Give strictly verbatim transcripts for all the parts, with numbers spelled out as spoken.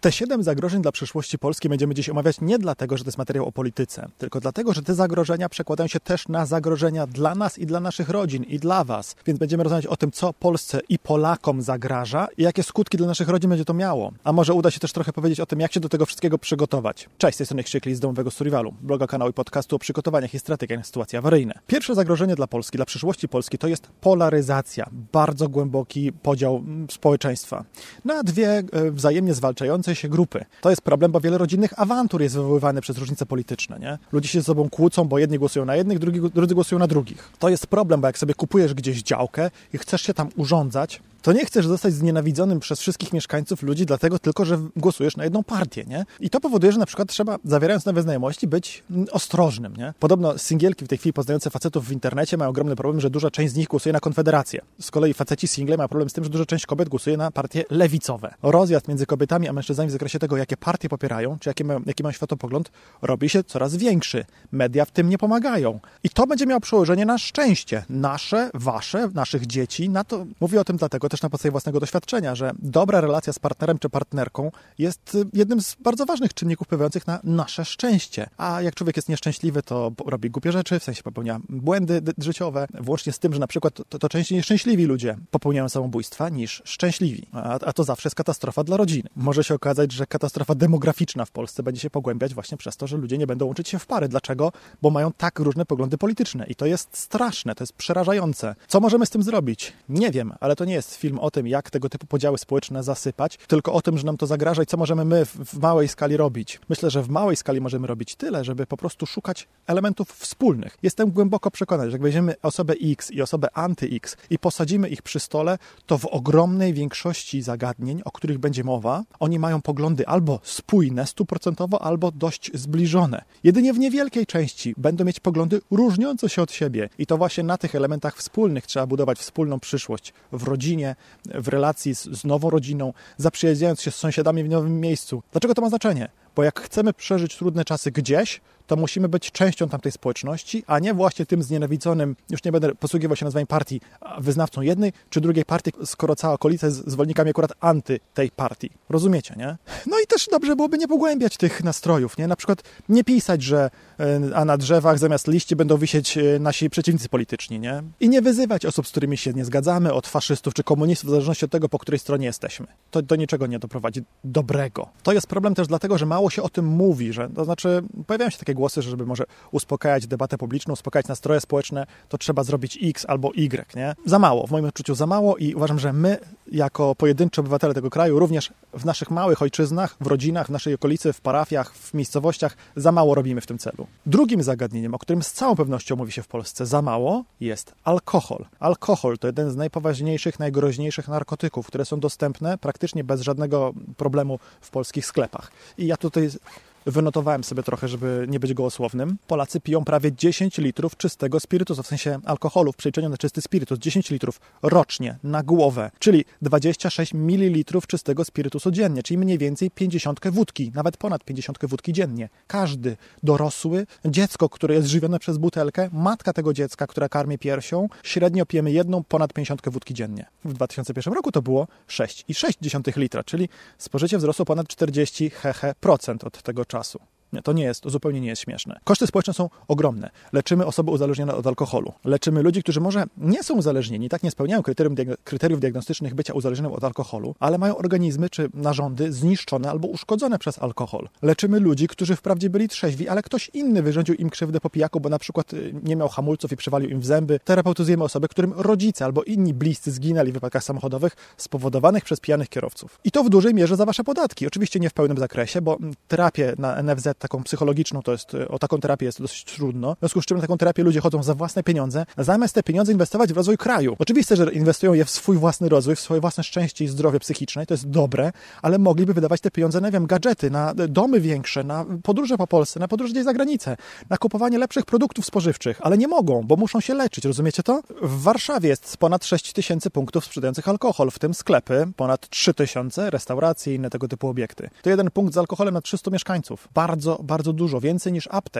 Te siedem zagrożeń dla przyszłości Polski będziemy dziś omawiać nie dlatego, że to jest materiał o polityce, tylko dlatego, że te zagrożenia przekładają się też na zagrożenia dla nas i dla naszych rodzin i dla was. Więc będziemy rozmawiać o tym, co Polsce i Polakom zagraża i jakie skutki dla naszych rodzin będzie to miało. A może uda się też trochę powiedzieć o tym, jak się do tego wszystkiego przygotować. Cześć, z tej strony Krzykli z Domowego Survivalu, bloga, kanału i podcastu o przygotowaniach i strategiach na sytuacje awaryjne. Pierwsze zagrożenie dla Polski, dla przyszłości Polski to jest polaryzacja, bardzo głęboki podział społeczeństwa na dwie wzajemnie zwalczające się grupy. To jest problem, bo wiele rodzinnych awantur jest wywoływane przez różnice polityczne, nie? Ludzie się ze sobą kłócą, bo jedni głosują na jednych, drugi, drudzy głosują na drugich. To jest problem, bo jak sobie kupujesz gdzieś działkę i chcesz się tam urządzać, to nie chcesz zostać znienawidzonym przez wszystkich mieszkańców ludzi, dlatego tylko, że głosujesz na jedną partię, nie? I to powoduje, że na przykład trzeba, zawierając nowe znajomości, być ostrożnym, nie? Podobno singielki w tej chwili poznające facetów w internecie mają ogromny problem, że duża część z nich głosuje na Konfederację. Z kolei faceci single mają problem z tym, że duża część kobiet głosuje na partie lewicowe. Rozjazd między kobietami a mężczyznami w zakresie tego, jakie partie popierają, czy jaki mają, jaki mają światopogląd, robi się coraz większy. Media w tym nie pomagają. I to będzie miało przełożenie na szczęście. Nasze, wasze, naszych dzieci. Na to mówię o tym dlatego też na podstawie własnego doświadczenia, że dobra relacja z partnerem czy partnerką jest jednym z bardzo ważnych czynników wpływających na nasze szczęście. A jak człowiek jest nieszczęśliwy, to robi głupie rzeczy, w sensie popełnia błędy życiowe, włącznie z tym, że na przykład to, to częściej nieszczęśliwi ludzie popełniają samobójstwa niż szczęśliwi. A, a to zawsze jest katastrofa dla rodziny. Może się okazać, że katastrofa demograficzna w Polsce będzie się pogłębiać właśnie przez to, że ludzie nie będą łączyć się w pary. Dlaczego? Bo mają tak różne poglądy polityczne. I to jest straszne, to jest przerażające. Co możemy z tym zrobić? Nie wiem, ale to nie jest film o tym, jak tego typu podziały społeczne zasypać, tylko o tym, że nam to zagraża i co możemy my w, w małej skali robić. Myślę, że w małej skali możemy robić tyle, żeby po prostu szukać elementów wspólnych. Jestem głęboko przekonany, że jak weźmiemy osobę X i osobę anty-X i posadzimy ich przy stole, to w ogromnej większości zagadnień, o których będzie mowa, oni mają poglądy albo spójne, stuprocentowo, albo dość zbliżone. Jedynie w niewielkiej części będą mieć poglądy różniące się od siebie. I to właśnie na tych elementach wspólnych trzeba budować wspólną przyszłość w rodzinie, w relacji z, z nową rodziną, zaprzyjaźniając się z sąsiadami w nowym miejscu. Dlaczego to ma znaczenie? Bo jak chcemy przeżyć trudne czasy gdzieś, to musimy być częścią tamtej społeczności, a nie właśnie tym znienawidzonym, już nie będę posługiwał się nazwaniem partii, wyznawcą jednej czy drugiej partii, skoro cała okolica jest zwolennikami akurat anty tej partii. Rozumiecie, nie? No i też dobrze byłoby nie pogłębiać tych nastrojów, nie? Na przykład nie pisać, że a na drzewach zamiast liści będą wisieć nasi przeciwnicy polityczni, nie? I nie wyzywać osób, z którymi się nie zgadzamy, od faszystów czy komunistów, w zależności od tego, po której stronie jesteśmy. To do niczego nie doprowadzi dobrego. To jest problem też dlatego, że mało się o tym mówi, że to znaczy pojawiają się takie głosy, że żeby może uspokajać debatę publiczną, uspokajać nastroje społeczne, to trzeba zrobić X albo Y, nie? Za mało, w moim odczuciu za mało i uważam, że my jako pojedynczy obywatele tego kraju, również w naszych małych ojczyznach, w rodzinach, w naszej okolicy, w parafiach, w miejscowościach, za mało robimy w tym celu. Drugim zagadnieniem, o którym z całą pewnością mówi się w Polsce za mało, jest alkohol. Alkohol to jeden z najpoważniejszych, najgroźniejszych narkotyków, które są dostępne praktycznie bez żadnego problemu w polskich sklepach. I ja tutaj wynotowałem sobie trochę, żeby nie być gołosłownym. Polacy piją prawie dziesięć litrów czystego spirytusu, w sensie alkoholu w przeliczeniu na czysty spirytus. dziesięć litrów rocznie na głowę, czyli dwadzieścia sześć mililitrów czystego spirytusu dziennie, czyli mniej więcej pięćdziesiątkę wódki, nawet ponad pięćdziesiątkę wódki dziennie. Każdy dorosły, dziecko, które jest żywione przez butelkę, matka tego dziecka, która karmi piersią, średnio pijemy jedną ponad pięćdziesiątkę wódki dziennie. W dwa tysiące pierwszym roku to było sześć i sześć dziesiątych litra, czyli spożycie wzrosło ponad czterdzieści procent od tego czasu. Nie, to nie jest, to zupełnie nie jest śmieszne. Koszty społeczne są ogromne. Leczymy osoby uzależnione od alkoholu. Leczymy ludzi, którzy może nie są uzależnieni, tak nie spełniają kryterium, kryteriów diagnostycznych bycia uzależnionym od alkoholu, ale mają organizmy czy narządy zniszczone albo uszkodzone przez alkohol. Leczymy ludzi, którzy wprawdzie byli trzeźwi, ale ktoś inny wyrządził im krzywdę po pijaku, bo na przykład nie miał hamulców i przywalił im w zęby. Terapeutyzujemy osoby, którym rodzice albo inni bliscy zginęli w wypadkach samochodowych spowodowanych przez pijanych kierowców. I to w dużej mierze za wasze podatki. Oczywiście nie w pełnym zakresie, bo terapię na N F Z taką psychologiczną, to jest, o taką terapię jest dosyć trudno. W związku z czym na taką terapię ludzie chodzą za własne pieniądze, zamiast te pieniądze inwestować w rozwój kraju. Oczywiście, że inwestują je w swój własny rozwój, w swoje własne szczęście i zdrowie psychiczne, to jest dobre, ale mogliby wydawać te pieniądze na, nie wiem, gadżety, na domy większe, na podróże po Polsce, na podróże gdzieś za granicę, na kupowanie lepszych produktów spożywczych, ale nie mogą, bo muszą się leczyć, rozumiecie to? W Warszawie jest ponad sześć tysięcy punktów sprzedających alkohol, w tym sklepy, ponad trzy tysiące, restauracje i inne tego typu obiekty. To jeden punkt z alkoholem na trzystu mieszkańców. Bardzo, bardzo dużo, więcej niż aptek.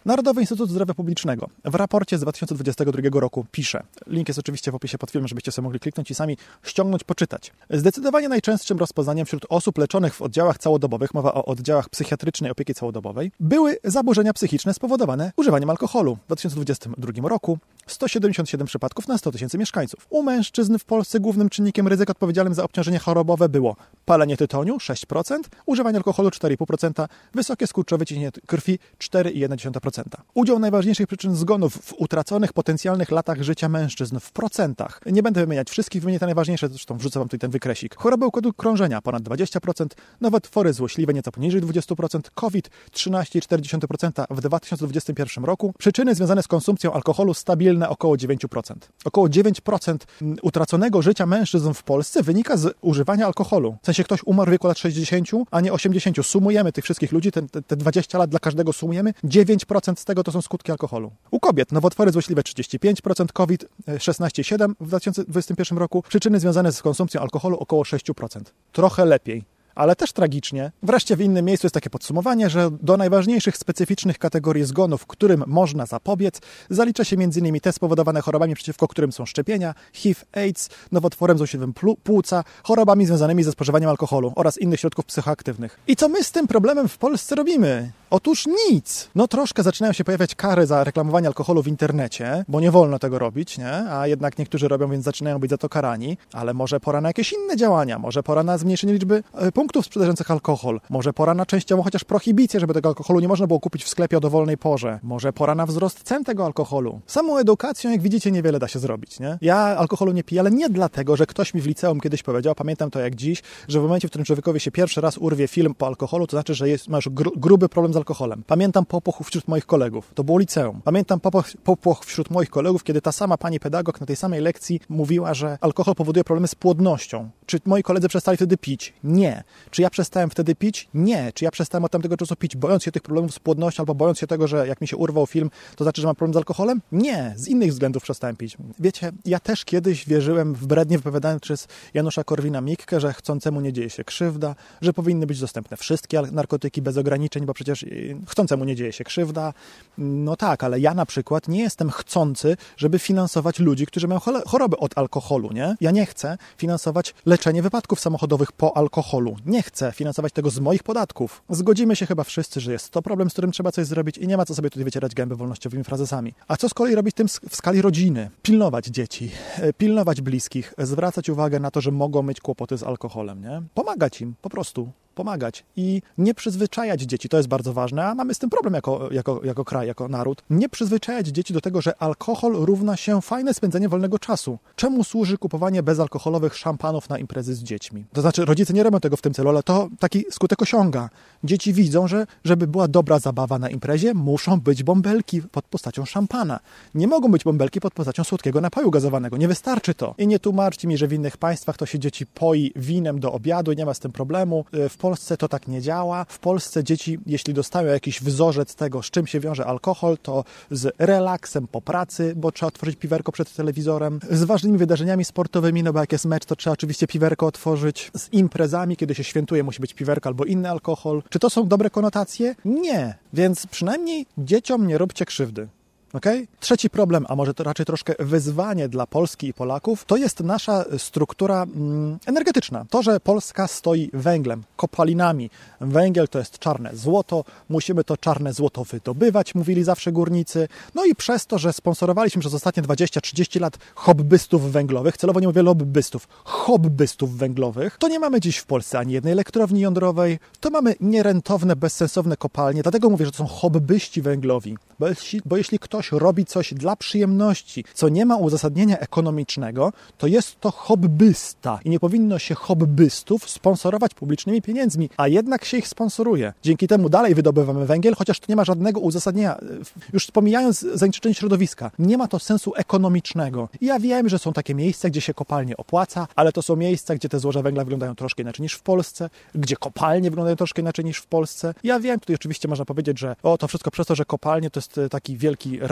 Narodowy Instytut Zdrowia Publicznego w raporcie z dwa tysiące dwudziestego drugiego roku pisze, link jest oczywiście w opisie pod filmem, żebyście sobie mogli kliknąć i sami ściągnąć, poczytać. Zdecydowanie najczęstszym rozpoznaniem wśród osób leczonych w oddziałach całodobowych, mowa o oddziałach psychiatrycznej opieki całodobowej, były zaburzenia psychiczne spowodowane używaniem alkoholu. W dwa tysiące dwudziestym drugim roku sto siedemdziesiąt siedem przypadków na sto tysięcy mieszkańców. U mężczyzn w Polsce głównym czynnikiem ryzyka odpowiedzialnym za obciążenie chorobowe było palenie tytoniu sześć procent, używanie alkoholu cztery i pół procent, wysokie skurczowe ciśnienie krwi cztery i jedna dziesiąta procent. Udział najważniejszych przyczyn zgonów w utraconych potencjalnych latach życia mężczyzn w procentach. Nie będę wymieniać wszystkich, wymienię te najważniejsze, zresztą wrzucę wam tutaj ten wykresik. Choroby układu krążenia ponad dwadzieścia procent, nowotwory złośliwe nieco poniżej dwadzieścia procent, COVID trzynaście i cztery dziesiąte procent w dwa tysiące dwudziestym pierwszym roku. Przyczyny związane z konsumpcją alkoholu stabilne około dziewięć procent. Około dziewięć procent utraconego życia mężczyzn w Polsce wynika z używania alkoholu. W sensie ktoś umarł w wieku lat sześćdziesięciu, a nie osiemdziesięciu. Sumujemy tych wszystkich ludzi, te, te dwadzieścia lat dla każdego sumujemy, dziewięć procent z tego to są skutki alkoholu. U kobiet nowotwory złośliwe trzydzieści pięć procent, COVID szesnaście przecinek siedem procent w dwa tysiące dwudziestym pierwszym roku, przyczyny związane z konsumpcją alkoholu około sześć procent. Trochę lepiej. Ale też tragicznie. Wreszcie w innym miejscu jest takie podsumowanie, że do najważniejszych specyficznych kategorii zgonów, którym można zapobiec, zalicza się m.in. te spowodowane chorobami, przeciwko którym są szczepienia, H I V, AIDS, nowotworem złośliwym płuca, chorobami związanymi ze spożywaniem alkoholu oraz innych środków psychoaktywnych. I co my z tym problemem w Polsce robimy? Otóż nic. No troszkę zaczynają się pojawiać kary za reklamowanie alkoholu w internecie, bo nie wolno tego robić, nie? A jednak niektórzy robią, więc zaczynają być za to karani. Ale może pora na jakieś inne działania, może pora na zmniejszenie liczby punktów sprzedażących alkohol, może pora na częściowo chociaż prohibicję, żeby tego alkoholu nie można było kupić w sklepie o dowolnej porze. Może pora na wzrost cen tego alkoholu. Samą edukacją, jak widzicie, niewiele da się zrobić, nie? Ja alkoholu nie piję, ale nie dlatego, że ktoś mi w liceum kiedyś powiedział, pamiętam to jak dziś, że w momencie, w którym człowiekowi się pierwszy raz urwie film po alkoholu, to znaczy, że jest, masz gru, gruby problem z alkoholem. Pamiętam popłoch wśród moich kolegów. To było liceum. Pamiętam popłoch, popłoch wśród moich kolegów, kiedy ta sama pani pedagog na tej samej lekcji mówiła, że alkohol powoduje problemy z płodnością. Czy moi koledzy przestali wtedy pić? Nie. Czy ja przestałem wtedy pić? Nie. Czy ja przestałem od tamtego czasu pić, bojąc się tych problemów z płodnością, albo bojąc się tego, że jak mi się urwał film, to znaczy, że mam problem z alkoholem? Nie. Z innych względów przestałem pić. Wiecie, ja też kiedyś wierzyłem w brednie wypowiadane przez Janusza Korwina-Mikke, że chcącemu nie dzieje się krzywda, że powinny być dostępne wszystkie narkotyki bez ograniczeń, bo przecież chcącemu nie dzieje się krzywda. No tak, ale ja na przykład nie jestem chcący, żeby finansować ludzi, którzy mają choroby od alkoholu, nie? Ja nie chcę finansować leczenie wypadków samochodowych po alkoholu. Nie chcę finansować tego z moich podatków. Zgodzimy się chyba wszyscy, że jest to problem, z którym trzeba coś zrobić i nie ma co sobie tutaj wycierać gęby wolnościowymi frazesami. A co z kolei robić tym w skali rodziny? Pilnować dzieci, pilnować bliskich, zwracać uwagę na to, że mogą mieć kłopoty z alkoholem, nie? Pomagać im, po prostu. Pomagać i nie przyzwyczajać dzieci, to jest bardzo ważne, a mamy z tym problem jako, jako, jako kraj, jako naród. Nie przyzwyczajać dzieci do tego, że alkohol równa się fajne spędzenie wolnego czasu. Czemu służy kupowanie bezalkoholowych szampanów na imprezy z dziećmi? To znaczy, rodzice nie robią tego w tym celu, ale to taki skutek osiąga. Dzieci widzą, że żeby była dobra zabawa na imprezie, muszą być bąbelki pod postacią szampana. Nie mogą być bąbelki pod postacią słodkiego napoju gazowanego. Nie wystarczy to. I nie tłumaczcie mi, że w innych państwach to się dzieci poi winem do obiadu i nie ma z tym problemu. W W Polsce to tak nie działa. W Polsce dzieci, jeśli dostają jakiś wzorzec tego, z czym się wiąże alkohol, to z relaksem po pracy, bo trzeba otworzyć piwerko przed telewizorem, z ważnymi wydarzeniami sportowymi, no bo jak jest mecz, to trzeba oczywiście piwerko otworzyć, z imprezami, kiedy się świętuje, musi być piwerko albo inny alkohol. Czy to są dobre konotacje? Nie. Więc przynajmniej dzieciom nie róbcie krzywdy. Okay? Trzeci problem, a może to raczej troszkę wyzwanie dla Polski i Polaków, to jest nasza struktura mm, energetyczna. To, że Polska stoi węglem, kopalinami. Węgiel to jest czarne złoto, musimy to czarne złoto wydobywać, mówili zawsze górnicy. No i przez to, że sponsorowaliśmy przez ostatnie dwadzieścia trzydzieści lat hobbystów węglowych, celowo nie mówię lobbystów, hobbystów węglowych, to nie mamy dziś w Polsce ani jednej elektrowni jądrowej, to mamy nierentowne, bezsensowne kopalnie. Dlatego mówię, że to są hobbyści węglowi. Bo jeśli, bo jeśli ktoś robi coś dla przyjemności, co nie ma uzasadnienia ekonomicznego, to jest to hobbysta. I nie powinno się hobbystów sponsorować publicznymi pieniędzmi, a jednak się ich sponsoruje. Dzięki temu dalej wydobywamy węgiel, chociaż to nie ma żadnego uzasadnienia. Już pomijając zanieczyszczenie środowiska, nie ma to sensu ekonomicznego. I ja wiem, że są takie miejsca, gdzie się kopalnie opłaca, ale to są miejsca, gdzie te złoża węgla wyglądają troszkę inaczej niż w Polsce, gdzie kopalnie wyglądają troszkę inaczej niż w Polsce. Ja wiem, tutaj oczywiście można powiedzieć, że o, to wszystko przez to, że kopalnie to jest taki wielki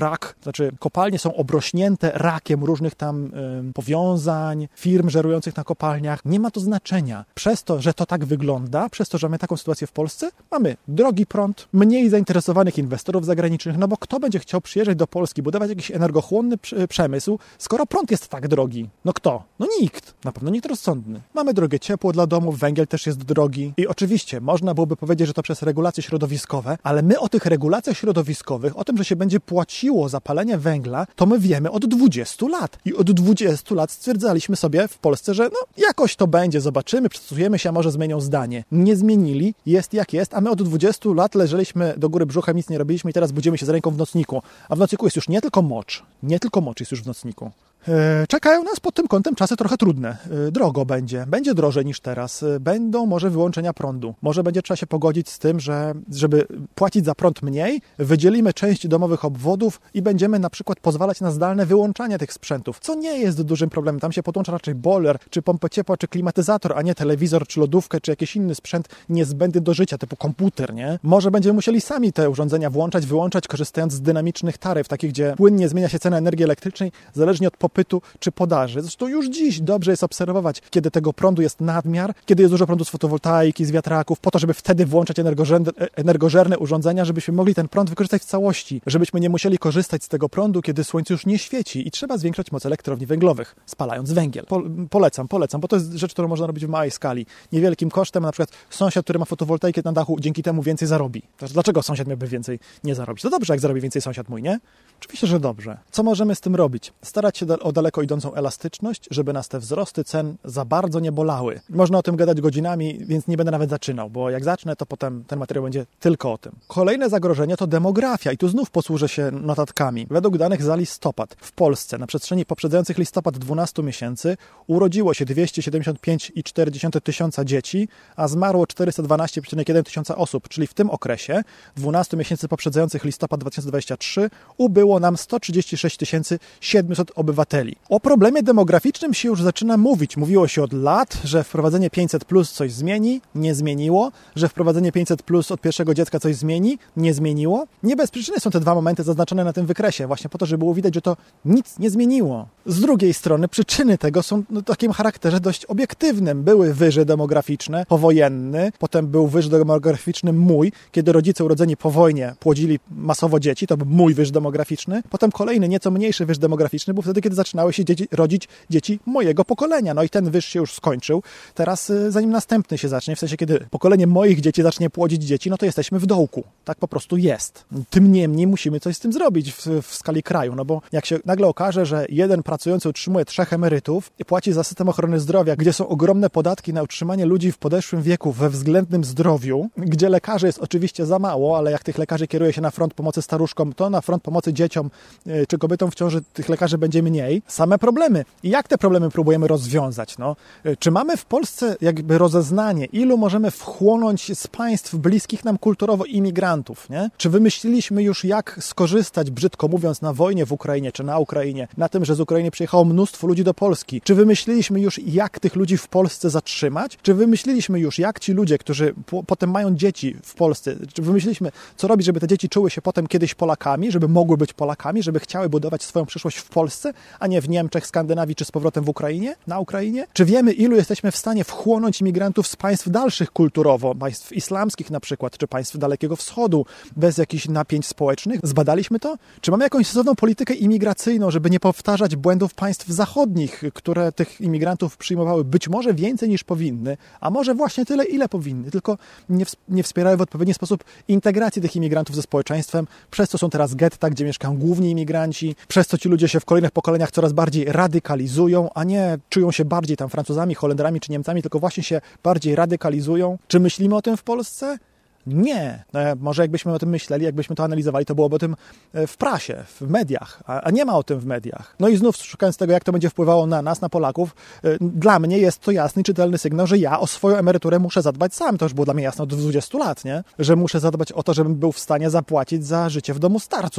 rak, znaczy kopalnie są obrośnięte rakiem różnych tam y, powiązań, firm żerujących na kopalniach. Nie ma to znaczenia. Przez to, że to tak wygląda, przez to, że mamy taką sytuację w Polsce, mamy drogi prąd, mniej zainteresowanych inwestorów zagranicznych, no bo kto będzie chciał przyjeżdżać do Polski, budować jakiś energochłonny przemysł, skoro prąd jest tak drogi? No kto? No nikt. Na pewno nikt rozsądny. Mamy drogie ciepło dla domów, węgiel też jest drogi i oczywiście można byłoby powiedzieć, że to przez regulacje środowiskowe, ale my o tych regulacjach środowiskowych, o tym, że się będzie płaciło za palenie węgla, to my wiemy od dwudziestu lat. I od dwudziestu lat stwierdzaliśmy sobie w Polsce, że no jakoś to będzie, zobaczymy, przystosujemy się, a może zmienią zdanie. Nie zmienili, jest jak jest, a my od dwudziestu lat leżeliśmy do góry brzuchem, nic nie robiliśmy i teraz budzimy się z ręką w nocniku. A w nocniku jest już nie tylko mocz, nie tylko mocz jest już w nocniku. Czekają nas pod tym kątem czasy trochę trudne. Drogo będzie. Będzie drożej niż teraz. Będą może wyłączenia prądu. Może będzie trzeba się pogodzić z tym, że żeby płacić za prąd mniej, wydzielimy część domowych obwodów i będziemy na przykład pozwalać na zdalne wyłączanie tych sprzętów, co nie jest dużym problemem. Tam się podłącza raczej boiler, czy pompę ciepła, czy klimatyzator, a nie telewizor, czy lodówkę, czy jakiś inny sprzęt niezbędny do życia, typu komputer, nie? Może będziemy musieli sami te urządzenia włączać, wyłączać, korzystając z dynamicznych taryf, takich, gdzie płynnie zmienia się cena energii elektrycznej, zależnie od popytu czy podaży. Zresztą już dziś dobrze jest obserwować, kiedy tego prądu jest nadmiar, kiedy jest dużo prądu z fotowoltaiki, z wiatraków, po to, żeby wtedy włączać energożerne, energożerne urządzenia, żebyśmy mogli ten prąd wykorzystać w całości, żebyśmy nie musieli korzystać z tego prądu, kiedy słońce już nie świeci i trzeba zwiększać moc elektrowni węglowych, spalając węgiel. Po, polecam, polecam, bo to jest rzecz, którą można robić w małej skali. Niewielkim kosztem, na przykład sąsiad, który ma fotowoltaikę na dachu, dzięki temu więcej zarobi. Dlaczego sąsiad miałby więcej nie zarobić? To dobrze, jak zarobi więcej sąsiad mój, nie? Oczywiście, że dobrze. Co możemy z tym robić? Starać się o daleko idącą elastyczność, żeby nas te wzrosty cen za bardzo nie bolały. Można o tym gadać godzinami, więc nie będę nawet zaczynał, bo jak zacznę, to potem ten materiał będzie tylko o tym. Kolejne zagrożenie to demografia i tu znów posłużę się notatkami. Według danych za listopad w Polsce na przestrzeni poprzedzających listopad dwunastu miesięcy urodziło się dwieście siedemdziesiąt pięć przecinek cztery tysiąca dzieci, a zmarło czterysta dwanaście przecinek jeden tysiąca osób, czyli w tym okresie dwunastu miesięcy poprzedzających listopad dwa tysiące dwudziesty trzeci ubyło nam sto trzydzieści sześć tysięcy siedemset obywateli. O problemie demograficznym się już zaczyna mówić. Mówiło się od lat, że wprowadzenie pięćset plus coś zmieni, nie zmieniło, że wprowadzenie pięćset plus od pierwszego dziecka coś zmieni, nie zmieniło. Nie bez przyczyny są te dwa momenty zaznaczone na tym wykresie, właśnie po to, żeby było widać, że to nic nie zmieniło. Z drugiej strony przyczyny tego są no, takim charakterze dość obiektywnym. Były wyże demograficzne, powojenny, potem był wyż demograficzny mój, kiedy rodzice urodzeni po wojnie płodzili masowo dzieci, to był mój wyż demograficzny. Potem kolejny, nieco mniejszy wyż demograficzny był wtedy, kiedy zaczynały się dzieci, rodzić dzieci mojego pokolenia. No i ten wyż się już skończył. Teraz zanim następny się zacznie, w sensie kiedy pokolenie moich dzieci zacznie płodzić dzieci, no to jesteśmy w dołku. Tak po prostu jest. Tym niemniej musimy coś z tym zrobić w, w skali kraju, no bo jak się nagle okaże, że jeden pracujący utrzymuje trzech emerytów i płaci za system ochrony zdrowia, gdzie są ogromne podatki na utrzymanie ludzi w podeszłym wieku we względnym zdrowiu, gdzie lekarzy jest oczywiście za mało, ale jak tych lekarzy kieruje się na front pomocy staruszkom, to na front pomocy dzieciom czy kobietom w ciąży tych lekarzy będzie mniej. Same problemy. I jak te problemy próbujemy rozwiązać? No? Czy mamy w Polsce jakby rozeznanie, ilu możemy wchłonąć z państw bliskich nam kulturowo imigrantów? Nie? Czy wymyśliliśmy już, jak skorzystać, brzydko mówiąc, na wojnie w Ukrainie, czy na Ukrainie, na tym, że z Ukrainy przyjechało mnóstwo ludzi do Polski? Czy wymyśliliśmy już, jak tych ludzi w Polsce zatrzymać? Czy wymyśliliśmy już, jak ci ludzie, którzy po, potem mają dzieci w Polsce, czy wymyśliliśmy, co robić, żeby te dzieci czuły się potem kiedyś Polakami, żeby mogły być Polakami, żeby chciały budować swoją przyszłość w Polsce, a nie w Niemczech, Skandynawii, czy z powrotem w Ukrainie, na Ukrainie? Czy wiemy, ilu jesteśmy w stanie wchłonąć imigrantów z państw dalszych kulturowo, państw islamskich na przykład, czy państw Dalekiego Wschodu, bez jakichś napięć społecznych? Zbadaliśmy to? Czy mamy jakąś sensowną politykę imigracyjną, żeby nie powtarzać błędów państw zachodnich, które tych imigrantów przyjmowały być może więcej niż powinny, a może właśnie tyle, ile powinny, tylko nie, w, nie wspierały w odpowiedni sposób integracji tych imigrantów ze społeczeństwem, przez co są teraz getta, gdzie mieszkają główni imigranci, przez co ci ludzie się w kolejnych pokoleniach coraz bardziej radykalizują, a nie czują się bardziej tam Francuzami, Holendrami czy Niemcami, tylko właśnie się bardziej radykalizują. Czy myślimy o tym w Polsce? Nie. Może jakbyśmy o tym myśleli, jakbyśmy to analizowali, to byłoby o tym w prasie, w mediach, a nie ma o tym w mediach. No i znów szukając tego, jak to będzie wpływało na nas, na Polaków, dla mnie jest to jasny, czytelny sygnał, że ja o swoją emeryturę muszę zadbać sam. To już było dla mnie jasne od dwudziestu lat, nie? Że muszę zadbać o to, żebym był w stanie zapłacić za życie w domu starców.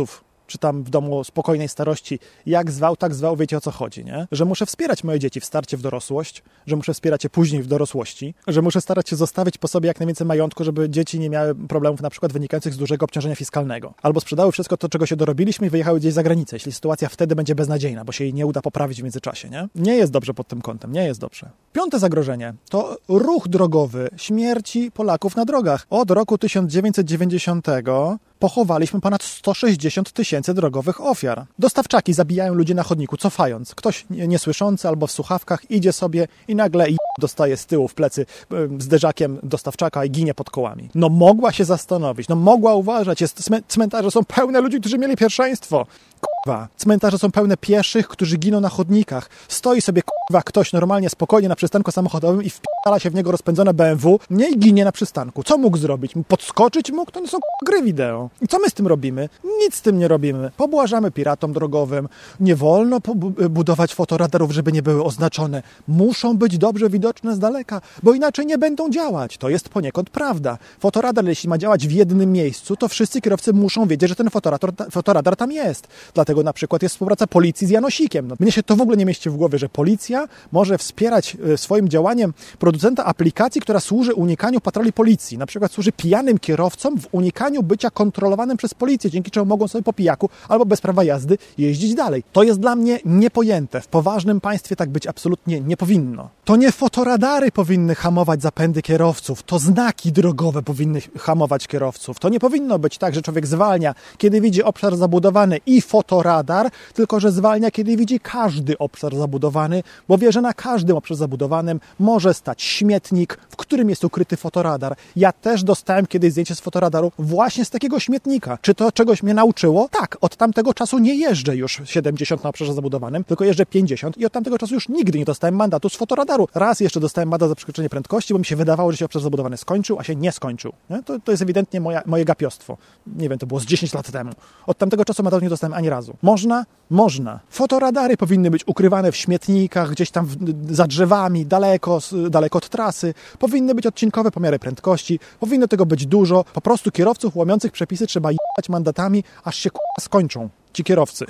czy tam w domu spokojnej starości, jak zwał, tak zwał, wiecie o co chodzi, nie? Że muszę wspierać moje dzieci w starcie w dorosłość, że muszę wspierać je później w dorosłości, że muszę starać się zostawić po sobie jak najwięcej majątku, żeby dzieci nie miały problemów na przykład wynikających z dużego obciążenia fiskalnego. Albo sprzedały wszystko to, czego się dorobiliśmy i wyjechały gdzieś za granicę, jeśli sytuacja wtedy będzie beznadziejna, bo się jej nie uda poprawić w międzyczasie, nie? Nie jest dobrze pod tym kątem, nie jest dobrze. Piąte zagrożenie to ruch drogowy, śmierci Polaków na drogach. Od roku tysiąc dziewięćset dziewięćdziesiątego pochowaliśmy ponad sto sześćdziesiąt tysięcy drogowych ofiar. Dostawczaki zabijają ludzi na chodniku, cofając. Ktoś niesłyszący albo w słuchawkach idzie sobie i nagle i dostaje z tyłu w plecy zderzakiem dostawczaka i ginie pod kołami. No mogła się zastanowić, no mogła uważać. Jest, cmentarze są pełne ludzi, którzy mieli pierwszeństwo. Kurwa. Cmentarze są pełne pieszych, którzy giną na chodnikach. Stoi sobie kurwa ktoś normalnie, spokojnie na przystanku samochodowym i wpierdala się w niego rozpędzone B M W, nie i ginie na przystanku. Co mógł zrobić? Podskoczyć mógł? To nie są gry wideo. I co my z tym robimy? Nic z tym nie robimy. Pobłażamy piratom drogowym. Nie wolno budować fotoradarów, żeby nie były oznaczone. Muszą być dobrze widoczne z daleka, bo inaczej nie będą działać. To jest poniekąd prawda. Fotoradar, jeśli ma działać w jednym miejscu, to wszyscy kierowcy muszą wiedzieć, że ten fotoradar, fotoradar tam jest. Dlatego na przykład jest współpraca policji z Janosikiem. No, mnie się to w ogóle nie mieści w głowie, że policja może wspierać swoim działaniem producenta aplikacji, która służy unikaniu patroli policji. Na przykład służy pijanym kierowcom w unikaniu bycia kontrolowanym przez policję, dzięki czemu mogą sobie po pijaku albo bez prawa jazdy jeździć dalej. To jest dla mnie niepojęte. W poważnym państwie tak być absolutnie nie powinno. To nie fotoradary powinny hamować zapędy kierowców, to znaki drogowe powinny hamować kierowców. To nie powinno być tak, że człowiek zwalnia, kiedy widzi obszar zabudowany i fotoradar, tylko że zwalnia, kiedy widzi każdy obszar zabudowany, bo wie, że na każdym obszarze zabudowanym może stać śmietnik, w którym jest ukryty fotoradar. Ja też dostałem kiedyś zdjęcie z fotoradaru właśnie z takiego śmietnika. Czy to czegoś mnie nauczyło? Tak, od tamtego czasu nie jeżdżę już siedemdziesiąt na obszarze zabudowanym, tylko jeżdżę pięćdziesiąt i od tamtego czasu już nigdy nie dostałem mandatu z fotoradaru. Raz jeszcze dostałem mandat za przekroczenie prędkości, bo mi się wydawało, że się obszar zabudowany skończył, a się nie skończył. Nie? To, to jest ewidentnie moja, moje gapiostwo. Nie wiem, to było z dziesięć lat temu. Od tamtego czasu mandatu nie dostałem ani razu. Można? Można. Fotoradary powinny być ukrywane w śmietnikach, gdzieś tam w, za drzewami, daleko, daleko od trasy. Powinny być odcinkowe pomiary prędkości. Powinno tego być dużo. Po prostu kierowców łamiących przepisy trzeba jechać mandatami, aż się k***a skończą ci kierowcy.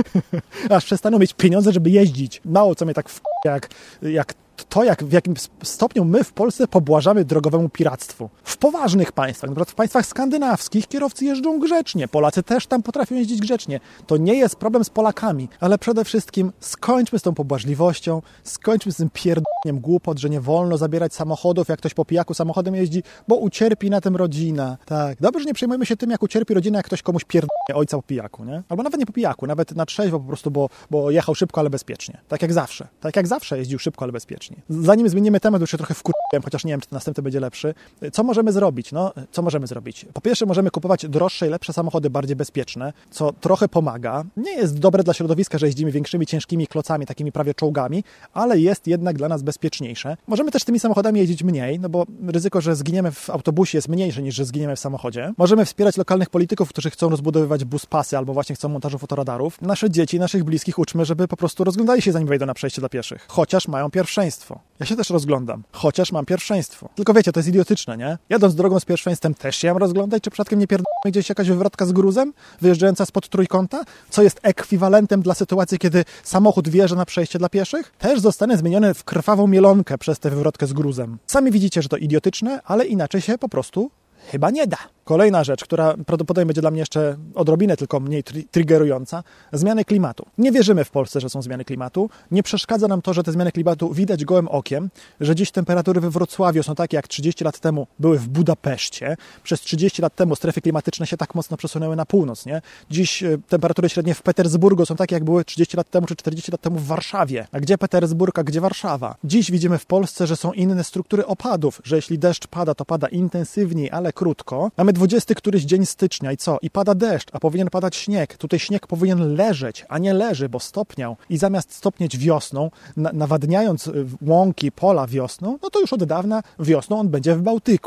Aż przestaną mieć pieniądze, żeby jeździć. Mało co mnie tak w jak, jak to, jak, w jakim stopniu my w Polsce pobłażamy drogowemu piractwu. W poważnych państwach, na przykład w państwach skandynawskich kierowcy jeżdżą grzecznie. Polacy też tam potrafią jeździć grzecznie. To nie jest problem z Polakami, ale przede wszystkim skończmy z tą pobłażliwością, skończmy z tym pierdoleniem głupot, że nie wolno zabierać samochodów, jak ktoś po pijaku samochodem jeździ, bo ucierpi na tym rodzina. Tak, dobrze, że nie przejmujemy się tym, jak ucierpi rodzina, jak ktoś komuś pierdolnie ojca po pijaku, nie? Albo nawet nie po pijaku, nawet na trzeźwo po prostu, bo, bo jechał szybko, ale bezpiecznie. Tak jak zawsze. Tak jak zawsze jeździł szybko, ale bezpiecznie. Zanim zmienimy temat, już się trochę wkurzyłem, chociaż nie wiem, czy następny będzie lepszy. Co możemy zrobić? No, co możemy zrobić? Po pierwsze, możemy kupować droższe i lepsze samochody, bardziej bezpieczne, co trochę pomaga. Nie jest dobre dla środowiska, że jeździmy większymi, ciężkimi klocami, takimi prawie czołgami, ale jest jednak dla nas bezpieczniejsze. Możemy też tymi samochodami jeździć mniej, no bo ryzyko, że zginiemy w autobusie jest mniejsze niż, że zginiemy w samochodzie. Możemy wspierać lokalnych polityków, którzy chcą rozbudowywać buspasy albo właśnie chcą montażu fotoradarów. Nasze dzieci, naszych bliskich uczmy, żeby po prostu rozglądali się, zanim wejdą na przejście dla pieszych. Chociaż mają pierwszeństwo. Ja się też rozglądam, chociaż mam pierwszeństwo. Tylko wiecie, to jest idiotyczne, nie? Jadąc drogą z pierwszeństwem też się mam rozglądać, czy przypadkiem nie pierdolę gdzieś jakaś wywrotka z gruzem wyjeżdżająca spod trójkąta, co jest ekwiwalentem dla sytuacji, kiedy samochód wjeżdża na przejście dla pieszych? Też zostanę zmieniony w krwawą mielonkę przez tę wywrotkę z gruzem. Sami widzicie, że to idiotyczne, ale inaczej się po prostu chyba nie da. Kolejna rzecz, która prawdopodobnie będzie dla mnie jeszcze odrobinę tylko mniej tri- triggerująca, zmiany klimatu. Nie wierzymy w Polsce, że są zmiany klimatu. Nie przeszkadza nam to, że te zmiany klimatu widać gołym okiem, że dziś temperatury we Wrocławiu są takie, jak trzydzieści lat temu były w Budapeszcie. Przez trzydzieści lat temu strefy klimatyczne się tak mocno przesunęły na północ, nie? Dziś y, temperatury średnie w Petersburgu są takie, jak były trzydzieści lat temu czy czterdzieści lat temu w Warszawie. A gdzie Petersburg, a gdzie Warszawa? Dziś widzimy w Polsce, że są inne struktury opadów, że jeśli deszcz pada, to pada intensywniej, ale krótko. Mamy dwudziesty któryś dzień stycznia i co? I pada deszcz, a powinien padać śnieg. Tutaj śnieg powinien leżeć, a nie leży, bo stopniał. I zamiast stopnieć wiosną, na- nawadniając łąki, pola wiosną, no to już od dawna wiosną on będzie w Bałtyku.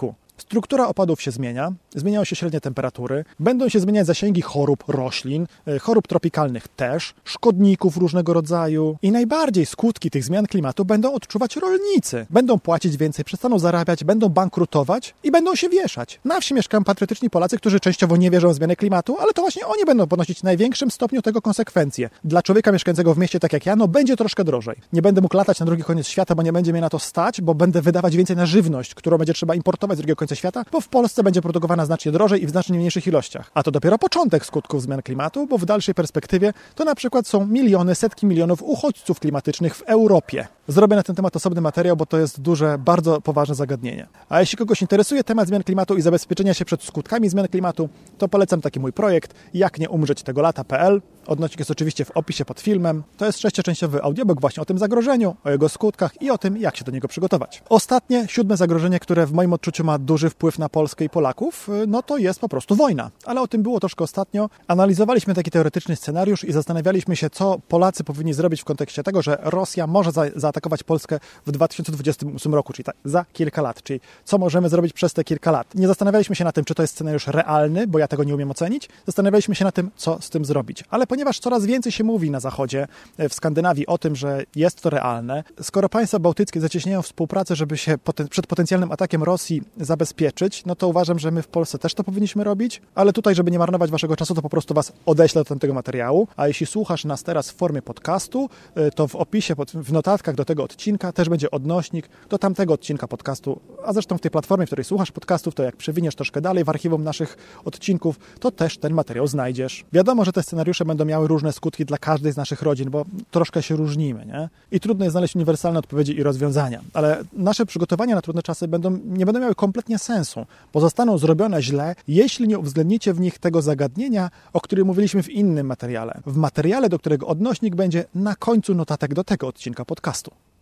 Struktura opadów się zmienia, zmieniają się średnie temperatury, będą się zmieniać zasięgi chorób roślin, chorób tropikalnych też, szkodników różnego rodzaju i najbardziej skutki tych zmian klimatu będą odczuwać rolnicy. Będą płacić więcej, przestaną zarabiać, będą bankrutować i będą się wieszać. Na wsi mieszkają patriotyczni Polacy, którzy częściowo nie wierzą w zmianę klimatu, ale to właśnie oni będą ponosić w największym stopniu tego konsekwencje. Dla człowieka mieszkającego w mieście tak jak ja, no będzie troszkę drożej. Nie będę mógł latać na drugi koniec świata, bo nie będzie mnie na to stać, bo będę wydawać więcej na żywność, którą będzie trzeba importować z drugiego końca świata, bo w Polsce będzie produkowana znacznie drożej i w znacznie mniejszych ilościach. A to dopiero początek skutków zmian klimatu, bo w dalszej perspektywie to na przykład są miliony, setki milionów uchodźców klimatycznych w Europie. Zrobię na ten temat osobny materiał, bo to jest duże, bardzo poważne zagadnienie. A jeśli kogoś interesuje temat zmian klimatu i zabezpieczenia się przed skutkami zmian klimatu, to polecam taki mój projekt jak nie umrzeć tego lata kropka p l. Odnośnik jest oczywiście w opisie pod filmem. To jest sześcioczęściowy audiobook właśnie o tym zagrożeniu, o jego skutkach i o tym, jak się do niego przygotować. Ostatnie, siódme zagrożenie, które w moim odczuciu ma duży wpływ na Polskę i Polaków, no to jest po prostu wojna. Ale o tym było troszkę ostatnio. Analizowaliśmy taki teoretyczny scenariusz i zastanawialiśmy się, co Polacy powinni zrobić w kontekście tego, że Rosja może za- zaatakować Polskę w dwa tysiące dwudziestym ósmym roku, czyli tak za kilka lat. Czyli co możemy zrobić przez te kilka lat. Nie zastanawialiśmy się na tym, czy to jest scenariusz realny, bo ja tego nie umiem ocenić. Zastanawialiśmy się na tym, co z tym zrobić. Ale ponieważ coraz więcej się mówi na Zachodzie, w Skandynawii o tym, że jest to realne, skoro państwa bałtyckie zacieśniają współpracę, żeby się poten- przed potencjalnym atakiem Rosji zabezpieczyć, no to uważam, że my w Polsce też to powinniśmy robić, ale tutaj, żeby nie marnować waszego czasu, to po prostu was odeślę do tamtego materiału, a jeśli słuchasz nas teraz w formie podcastu, to w opisie, w notatkach do tego odcinka też będzie odnośnik do tamtego odcinka podcastu, a zresztą w tej platformie, w której słuchasz podcastów, to jak przewiniesz troszkę dalej w archiwum naszych odcinków, to też ten materiał znajdziesz. Wiadomo, że te scenariusze będą miały różne skutki dla każdej z naszych rodzin, bo troszkę się różnimy, nie? I trudno jest znaleźć uniwersalne odpowiedzi i rozwiązania. Ale nasze przygotowania na trudne czasy będą, nie będą miały kompletnie sensu, bo zostaną zrobione źle, jeśli nie uwzględnicie w nich tego zagadnienia, o którym mówiliśmy w innym materiale. W materiale, do którego odnośnik będzie na końcu notatek do tego odcinka podcastu.